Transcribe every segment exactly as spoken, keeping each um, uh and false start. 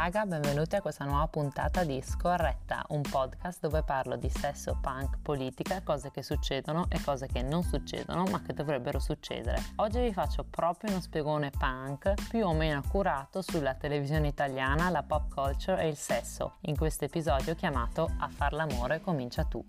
raga, benvenuti a questa nuova puntata di Scorretta, un podcast dove parlo di sesso, punk, politica, cose che succedono e cose che non succedono ma che dovrebbero succedere. Oggi vi faccio proprio uno spiegone punk più o meno accurato sulla televisione italiana, la pop culture e il sesso, in questo episodio chiamato A far l'amore comincia tu.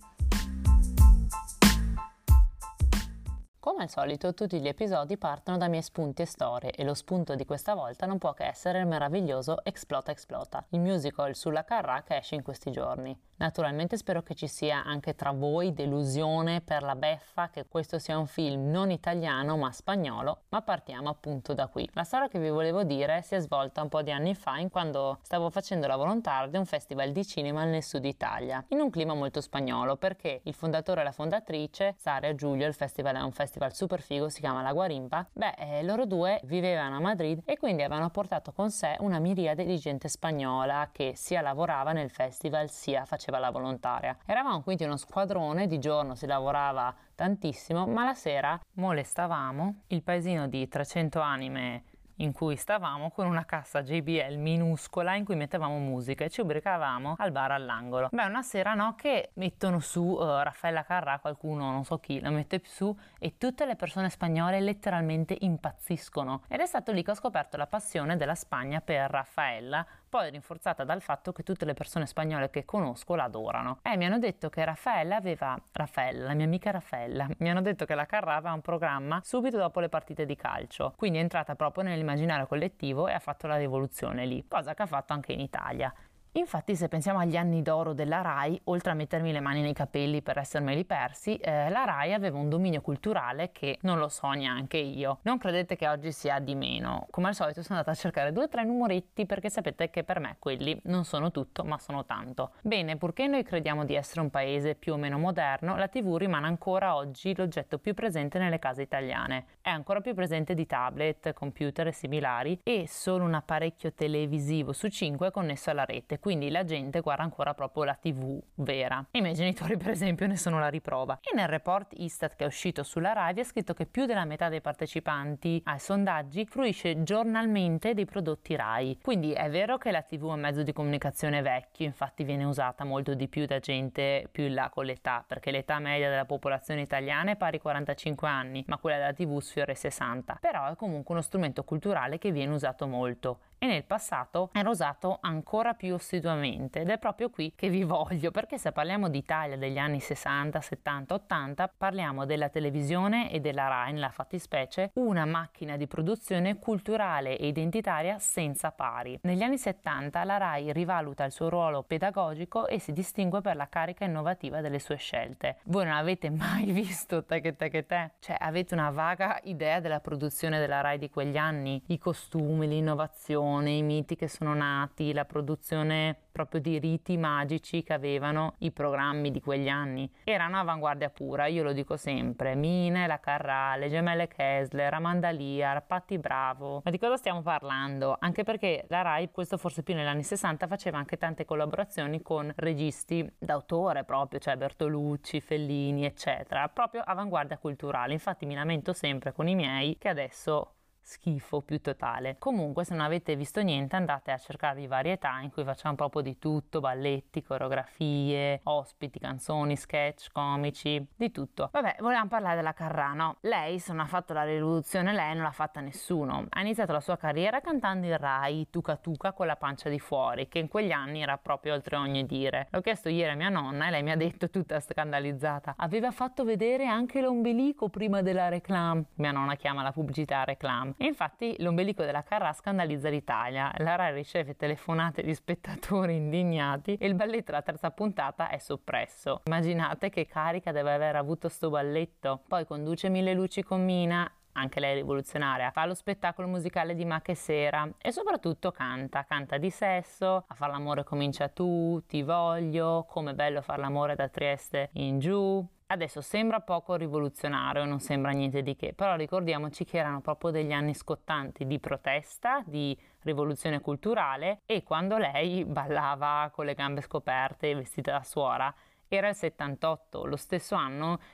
Come al solito, tutti gli episodi partono da miei spunti e storie e lo spunto di questa volta non può che essere il meraviglioso Explota Explota, il musical sulla Carrà che esce in questi giorni. Naturalmente spero che ci sia anche tra voi delusione per la beffa che questo sia un film non italiano ma spagnolo, ma partiamo appunto da qui. La storia che vi volevo dire si è svolta un po' di anni fa in quando stavo facendo la volontaria di un festival di cinema nel sud Italia, in un clima molto spagnolo perché il fondatore e la fondatrice, Sara e Giulio, il festival è un festival super figo, si chiama La Guarimpa, beh eh, loro due vivevano a Madrid e quindi avevano portato con sé una miriade di gente spagnola che sia lavorava nel festival sia faceva la volontaria. Eravamo quindi uno squadrone, di giorno si lavorava tantissimo, ma la sera molestavamo il paesino di trecento anime in cui stavamo con una cassa J B L minuscola in cui mettevamo musica e ci ubriacavamo al bar all'angolo. Beh, una sera no che mettono su uh, Raffaella Carrà, qualcuno non so chi la mette su e tutte le persone spagnole letteralmente impazziscono ed è stato lì che ho scoperto la passione della Spagna per Raffaella, poi rinforzata dal fatto che tutte le persone spagnole che conosco la adorano. E mi hanno detto che Raffaella aveva, Raffaella, la mia amica Raffaella, mi hanno detto che la Carrà aveva un programma subito dopo le partite di calcio, quindi è entrata proprio nell'immaginario collettivo e ha fatto la rivoluzione lì, cosa che ha fatto anche in Italia. Infatti, se pensiamo agli anni d'oro della Rai, oltre a mettermi le mani nei capelli per essermeli persi, eh, la Rai aveva un dominio culturale che non lo so neanche io. Non credete che oggi sia di meno. Come al solito sono andata a cercare due o tre numeretti perché sapete che per me quelli non sono tutto, ma sono tanto. Bene, purché noi crediamo di essere un paese più o meno moderno, la tivù rimane ancora oggi l'oggetto più presente nelle case italiane. È ancora più presente di tablet, computer e similari e solo un apparecchio televisivo su cinque è connesso alla rete. Quindi la gente guarda ancora proprio la tivù vera. I miei genitori per esempio ne sono la riprova. E nel report Istat che è uscito sulla Rai è scritto che più della metà dei partecipanti ai sondaggi fruisce giornalmente dei prodotti Rai. Quindi è vero che la tivù è un mezzo di comunicazione vecchio, infatti viene usata molto di più da gente più in là con l'età, perché l'età media della popolazione italiana è pari a quarantacinque anni, ma quella della tivù sfiora i sessanta. Però è comunque uno strumento culturale che viene usato molto. E nel passato era usato ancora più assiduamente ed è proprio qui che vi voglio, perché se parliamo d'Italia degli anni sessanta, settanta, ottanta parliamo della televisione e della Rai nella fattispecie, una macchina di produzione culturale e identitaria senza pari. Negli anni settanta la Rai rivaluta il suo ruolo pedagogico e si distingue per la carica innovativa delle sue scelte. Voi non avete mai visto Te che te che te? Cioè avete una vaga idea della produzione della Rai di quegli anni? I costumi, l'innovazione, i miti che sono nati, la produzione proprio di riti magici che avevano i programmi di quegli anni. Era un'avanguardia pura, io lo dico sempre. Mine, la Carrà, le gemelle Kessler, Amanda Lear, Patti Bravo. Ma di cosa stiamo parlando? Anche perché la Rai, questo forse più negli anni sessanta, faceva anche tante collaborazioni con registi d'autore proprio, cioè Bertolucci, Fellini, eccetera. Proprio avanguardia culturale. Infatti mi lamento sempre con i miei che adesso schifo più totale. Comunque, se non avete visto niente, andate a cercarvi varietà in cui facciamo proprio di tutto: balletti, coreografie, ospiti, canzoni, sketch comici, di tutto. Vabbè, volevamo parlare della Carrà, no? Lei, se non ha fatto la rivoluzione lei, non l'ha fatta nessuno. Ha iniziato la sua carriera cantando in Rai Tuca Tuca con la pancia di fuori, che in quegli anni era proprio oltre ogni dire. L'ho chiesto ieri a mia nonna e lei mi ha detto, tutta scandalizzata, aveva fatto vedere anche l'ombelico prima della reclame. Mia nonna chiama la pubblicità reclame. E infatti l'ombelico della Carrà scandalizza l'Italia, la Rai riceve telefonate di spettatori indignati e il balletto della terza puntata è soppresso. Immaginate che carica deve aver avuto sto balletto. Poi conduce Mille luci con Mina, anche lei rivoluzionaria, fa lo spettacolo musicale di Ma che sera e soprattutto canta, canta di sesso, A far l'amore comincia tu, Ti voglio, Come bello far l'amore da Trieste in giù. Adesso sembra poco rivoluzionario, non sembra niente di che, però ricordiamoci che erano proprio degli anni scottanti di protesta, di rivoluzione culturale, e quando lei ballava con le gambe scoperte, vestita da suora, era il settantotto, lo stesso anno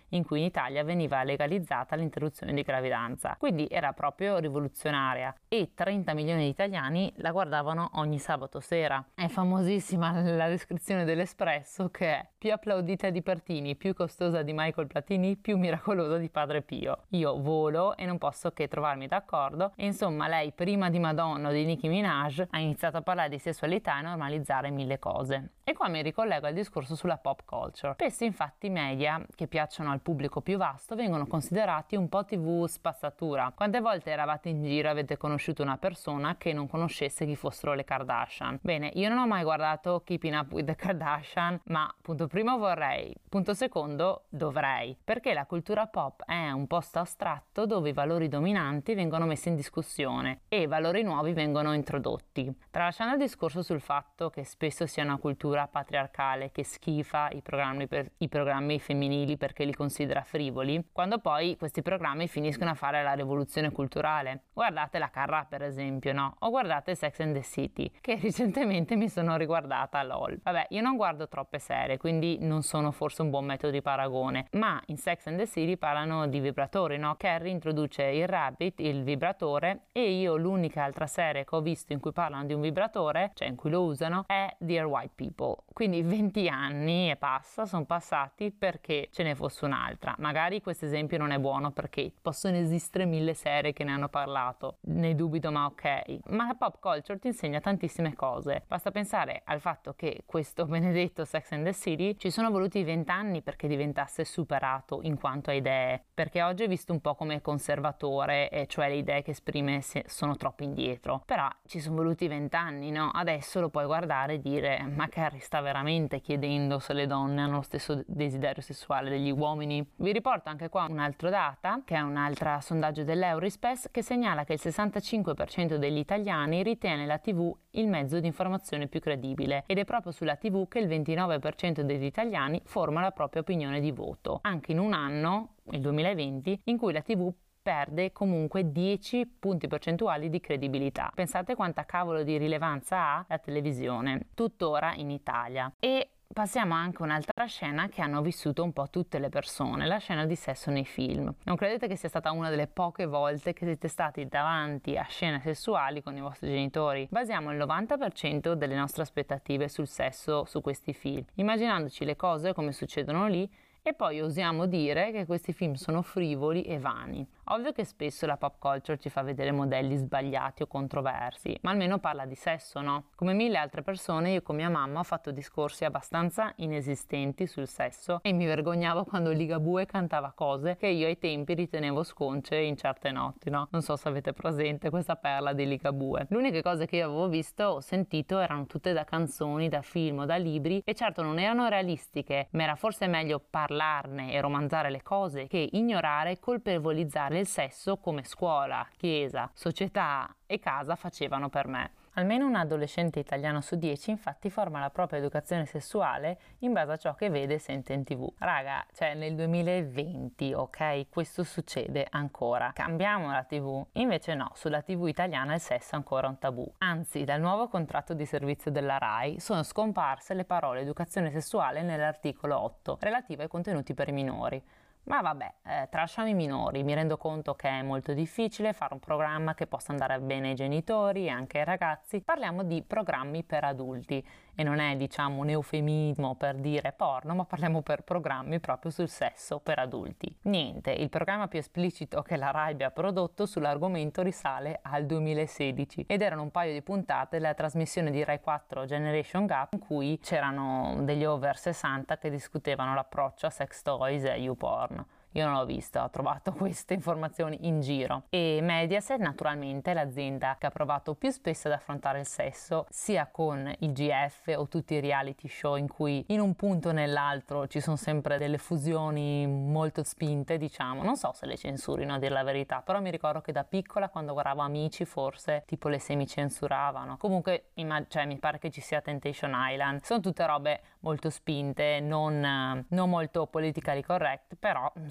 in cui in Italia veniva legalizzata l'interruzione di gravidanza. Quindi era proprio rivoluzionaria e trenta milioni di italiani la guardavano ogni sabato sera. È famosissima la descrizione dell'Espresso che è: più applaudita di Pertini, più costosa di Michael Platini, più miracolosa di Padre Pio. Io volo e non posso che trovarmi d'accordo. E insomma, lei prima di Madonna o di Nicki Minaj ha iniziato a parlare di sessualità e normalizzare mille cose. E qua mi ricollego al discorso sulla pop culture. Spesso infatti i media che piacciono al pubblico più vasto vengono considerati un po' tv spazzatura. Quante volte eravate in giro e avete conosciuto una persona che non conoscesse chi fossero le Kardashian? Bene, io non ho mai guardato Keeping Up with the Kardashian, ma punto primo vorrei, punto secondo dovrei, perché la cultura pop è un posto astratto dove i valori dominanti vengono messi in discussione e i valori nuovi vengono introdotti. Tralasciando il discorso sul fatto che spesso sia una cultura patriarcale che schifa i programmi, per, i programmi femminili perché li considera frivoli, quando poi questi programmi finiscono a fare la rivoluzione culturale. Guardate la Carrà per esempio, no? O guardate Sex and the City, che recentemente mi sono riguardata LOL. Vabbè, io non guardo troppe serie, quindi non sono forse un buon metodo di paragone, ma in Sex and the City parlano di vibratori, no? Carrie introduce il rabbit, il vibratore, e io l'unica altra serie che ho visto in cui parlano di un vibratore, cioè in cui lo usano, è Dear White People. Quindi venti anni e passa sono passati perché ce ne fosse un'altra. Magari questo esempio non è buono perché possono esistere mille serie che ne hanno parlato, ne dubito, ma ok. Ma la pop culture ti insegna tantissime cose. Basta pensare al fatto che questo benedetto Sex and the City ci sono voluti vent'anni perché diventasse superato in quanto a idee, perché oggi è visto un po' come conservatore, e cioè le idee che esprime sono troppo indietro. Però ci sono voluti vent'anni, no? Adesso lo puoi guardare e dire: ma Carrie sta veramente chiedendo se le donne hanno lo stesso desiderio sessuale degli uomini? Vi riporto anche qua un'altra data, che è un altro sondaggio dell'Eurispes, che segnala che il sessantacinque per cento degli italiani ritiene la tivù il mezzo di informazione più credibile, ed è proprio sulla tivù che il ventinove per cento degli italiani forma la propria opinione di voto, anche in un anno, il duemilaventi, in cui la tivù perde comunque dieci punti percentuali di credibilità. Pensate quanta cavolo di rilevanza ha la televisione, tuttora in Italia. E passiamo anche a un'altra scena che hanno vissuto un po' tutte le persone, la scena di sesso nei film. Non credete che sia stata una delle poche volte che siete stati davanti a scene sessuali con i vostri genitori? Basiamo il novanta per cento delle nostre aspettative sul sesso su questi film, immaginandoci le cose come succedono lì, e poi osiamo dire che questi film sono frivoli e vani. Ovvio che spesso la pop culture ci fa vedere modelli sbagliati o controversi, ma almeno parla di sesso, no? Come mille altre persone, io con mia mamma ho fatto discorsi abbastanza inesistenti sul sesso e mi vergognavo quando Ligabue cantava cose che io ai tempi ritenevo sconce in certe notti, no? Non so se avete presente questa perla di Ligabue. Le uniche cose che io avevo visto o sentito erano tutte da canzoni, da film o da libri, e certo non erano realistiche, ma era forse meglio parlarne e romanzare le cose che ignorare e colpevolizzare il sesso come scuola, chiesa, società e casa facevano per me. Almeno un adolescente italiano su dieci infatti forma la propria educazione sessuale in base a ciò che vede e sente in tv. Raga, cioè nel duemilaventi, ok? Questo succede ancora. Cambiamo la tv? Invece no, sulla tv italiana il sesso è ancora un tabù. Anzi, dal nuovo contratto di servizio della RAI sono scomparse le parole educazione sessuale nell'articolo otto, relativo ai contenuti per i minori. Ma vabbè, eh, tralasciamo i minori, mi rendo conto che è molto difficile fare un programma che possa andare bene ai genitori e anche ai ragazzi. Parliamo di programmi per adulti, e non è, diciamo, un eufemismo per dire porno, ma parliamo per programmi proprio sul sesso per adulti. Niente, il programma più esplicito che la RAI abbia prodotto sull'argomento risale al duemilasedici ed erano un paio di puntate della trasmissione di Rai quattro Generation Gap, in cui c'erano degli over sessanta che discutevano l'approccio a sex toys e YouPorn. Io non l'ho visto, ho trovato queste informazioni in giro. E Mediaset naturalmente è l'azienda che ha provato più spesso ad affrontare il sesso, sia con il G F o tutti i reality show in cui in un punto o nell'altro ci sono sempre delle fusioni molto spinte, diciamo. Non so se le censurino, a dire la verità, però mi ricordo che da piccola, quando guardavo Amici, forse tipo le semicensuravano. Comunque immag- cioè, mi pare che ci sia Temptation Island. Sono tutte robe molto spinte, non, non molto politically correct, però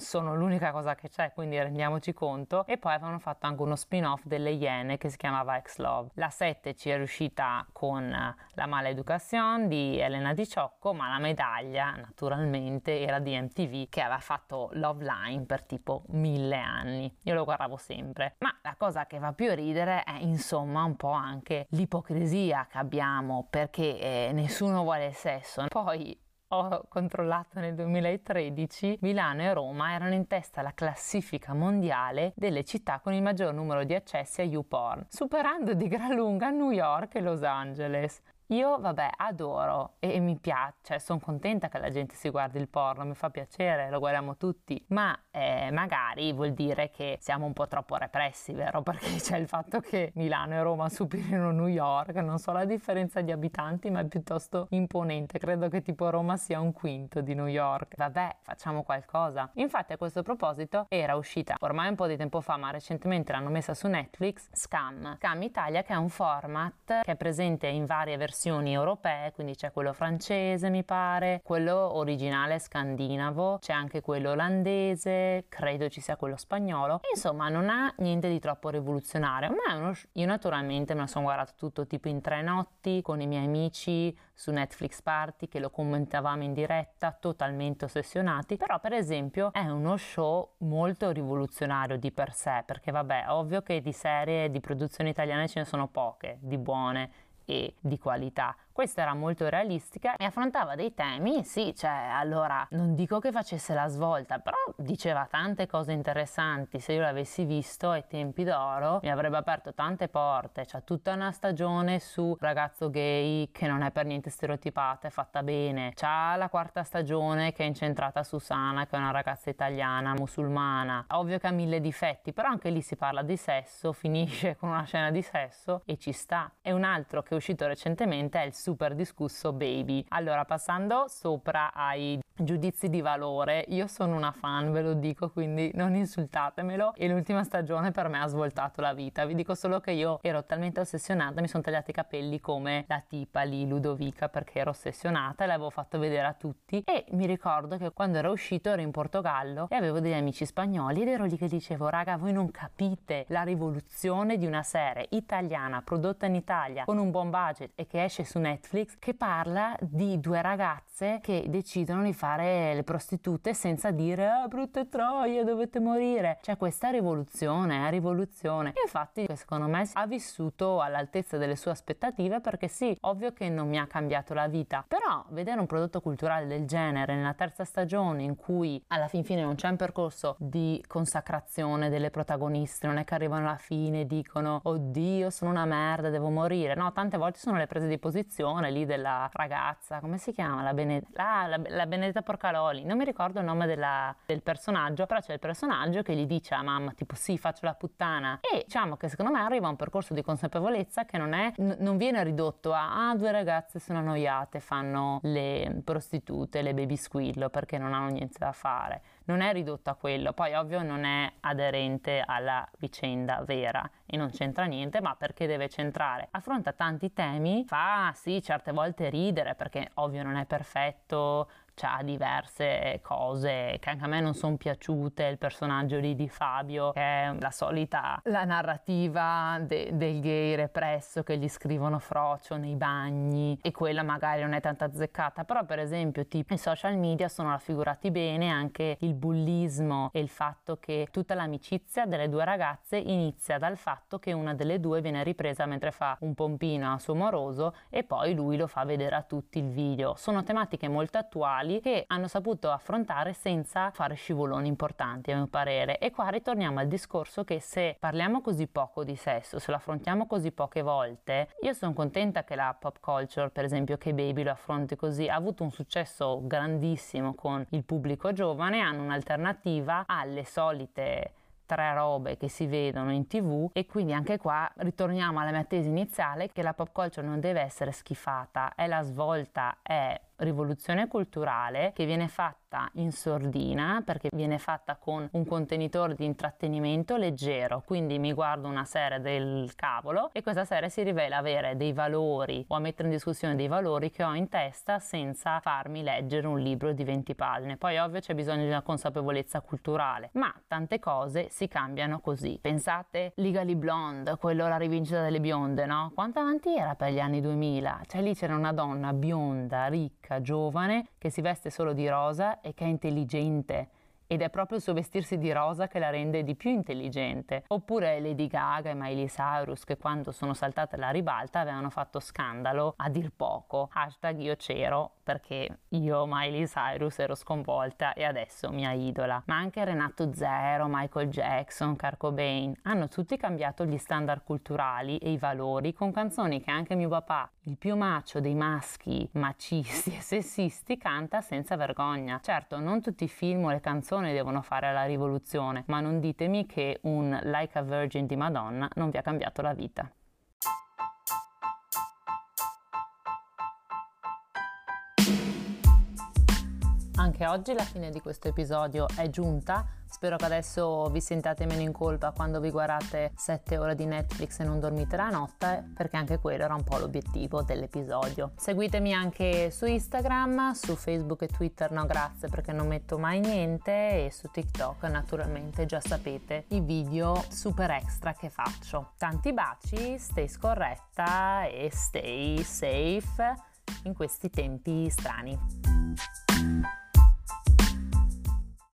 sono l'unica cosa che c'è, quindi rendiamoci conto. E poi avevano fatto anche uno spin-off delle Iene che si chiamava Ex Love. La sette ci è riuscita con La Maleducación di Elena Di Ciocco, ma la medaglia naturalmente era di M T V, che aveva fatto Love Line per tipo mille anni. Io lo guardavo sempre, ma la cosa che fa più ridere è insomma un po' anche l'ipocrisia che abbiamo, perché eh, nessuno vuole sesso. Poi ho controllato nel duemilatredici, Milano e Roma erano in testa alla classifica mondiale delle città con il maggior numero di accessi a YouPorn, superando di gran lunga New York e Los Angeles. Io, vabbè, adoro e, e mi piace, cioè sono contenta che la gente si guardi il porno, mi fa piacere, lo guardiamo tutti, ma eh, magari vuol dire che siamo un po' troppo repressi, vero? Perché c'è il fatto che Milano e Roma superino New York, non so la differenza di abitanti, ma è piuttosto imponente, credo che tipo Roma sia un quinto di New York. Vabbè, facciamo qualcosa. Infatti a questo proposito era uscita ormai un po' di tempo fa, ma recentemente l'hanno messa su Netflix, Scam, Scam Italia, che è un format che è presente in varie versioni europee, quindi c'è quello francese mi pare, quello originale scandinavo, c'è anche quello olandese, credo ci sia quello spagnolo. Insomma, non ha niente di troppo rivoluzionario, ma è uno sh- io naturalmente me lo sono guardato tutto tipo in tre notti con i miei amici su Netflix Party, che lo commentavamo in diretta, totalmente ossessionati. Però per esempio è uno show molto rivoluzionario di per sé, perché vabbè, ovvio che di serie di produzioni italiane ce ne sono poche di buone e di qualità. Questa era molto realistica e affrontava dei temi, sì, cioè allora non dico che facesse la svolta, però diceva tante cose interessanti. Se io l'avessi visto ai tempi d'oro mi avrebbe aperto tante porte. C'è tutta una stagione su ragazzo gay che non è per niente stereotipata, è fatta bene. C'ha la quarta stagione che è incentrata su Sana, che è una ragazza italiana musulmana. Ovvio che ha mille difetti, però anche lì si parla di sesso, finisce con una scena di sesso e ci sta. E un altro che è uscito recentemente è il super discusso Baby. Allora, passando sopra ai giudizi di valore, io sono una fan, ve lo dico, quindi non insultatemelo, e l'ultima stagione per me ha svoltato la vita. Vi dico solo che io ero talmente ossessionata, mi sono tagliati i capelli come la tipa lì, Ludovica, perché ero ossessionata e l'avevo fatto vedere a tutti. E mi ricordo che quando era uscito ero in Portogallo e avevo degli amici spagnoli ed ero lì che dicevo: raga, voi non capite la rivoluzione di una serie italiana prodotta in Italia con un buon budget e che esce su Netflix, che parla di due ragazze che decidono di fare le prostitute senza dire ah, brutte troie, dovete morire. C'è questa rivoluzione, è rivoluzione. E infatti secondo me ha vissuto all'altezza delle sue aspettative, perché sì, ovvio che non mi ha cambiato la vita, però vedere un prodotto culturale del genere nella terza stagione, in cui alla fin fine non c'è un percorso di consacrazione delle protagoniste, non è che arrivano alla fine e dicono oddio sono una merda, devo morire. No, tante volte sono le prese di posizione lì della ragazza, come si chiama? La, Bene- ah, la, la Benedetta Porcaloli, non mi ricordo il nome della, del personaggio, però c'è il personaggio che gli dice a mamma tipo sì, faccio la puttana, e diciamo che secondo me arriva a un percorso di consapevolezza che non è n- non viene ridotto a ah, due ragazze sono annoiate, fanno le prostitute, le baby squillo perché non hanno niente da fare. Non è ridotto a quello, poi ovvio non è aderente alla vicenda vera e non c'entra niente, ma perché deve centrare? Affronta tanti temi, fa sì certe volte ridere perché ovvio non è perfetto, c'ha diverse cose che anche a me non sono piaciute, il personaggio lì di Fabio che è la solita, la narrativa de- del gay represso che gli scrivono frocio nei bagni, e quella magari non è tanto azzeccata, però per esempio tipo i social media sono raffigurati bene anche il bullismo e il fatto che tutta l'amicizia delle due ragazze inizia dal fatto che una delle due viene ripresa mentre fa un pompino a suo moroso e poi lui lo fa vedere a tutti il video. Sono tematiche molto attuali che hanno saputo affrontare senza fare scivoloni importanti, a mio parere. E qua ritorniamo al discorso che se parliamo così poco di sesso, se lo affrontiamo così poche volte, io sono contenta che la pop culture, per esempio che Baby lo affronti così, ha avuto un successo grandissimo con il pubblico giovane, hanno un'alternativa alle solite tre robe che si vedono in tv, e quindi anche qua ritorniamo alla mia tesi iniziale che la pop culture non deve essere schifata, è la svolta, è rivoluzione culturale che viene fatta in sordina, perché viene fatta con un contenitore di intrattenimento leggero, quindi mi guardo una serie del cavolo e questa serie si rivela avere dei valori o a mettere in discussione dei valori che ho in testa senza farmi leggere un libro di venti pagine. Poi ovvio c'è bisogno di una consapevolezza culturale, ma tante cose si cambiano così. Pensate Legally Blonde, quello La rivincita delle bionde, no? Quanto avanti era per gli anni duemila? Cioè lì c'era una donna bionda, ricca, giovane, che si veste solo di rosa e che è intelligente. Ed è proprio il suo vestirsi di rosa che la rende di più intelligente. Oppure Lady Gaga e Miley Cyrus, che quando sono saltate alla ribalta avevano fatto scandalo a dir poco. Hashtag io c'ero, perché io Miley Cyrus ero sconvolta e adesso mia idola. Ma anche Renato Zero, Michael Jackson, Kurt Cobain hanno tutti cambiato gli standard culturali e i valori con canzoni che anche mio papà, il più macho dei maschi macisti e sessisti, canta senza vergogna. Certo, non tutti i film o le canzoni devono fare la rivoluzione, ma non ditemi che un Like a Virgin di Madonna non vi ha cambiato la vita. Anche oggi la fine di questo episodio è giunta. Spero che adesso vi sentiate meno in colpa quando vi guardate sette ore di Netflix e non dormite la notte, perché anche quello era un po' l'obiettivo dell'episodio. Seguitemi anche su Instagram, su Facebook e Twitter no grazie perché non metto mai niente, e su TikTok naturalmente già sapete i video super extra che faccio. Tanti baci, stay scorretta e stay safe in questi tempi strani.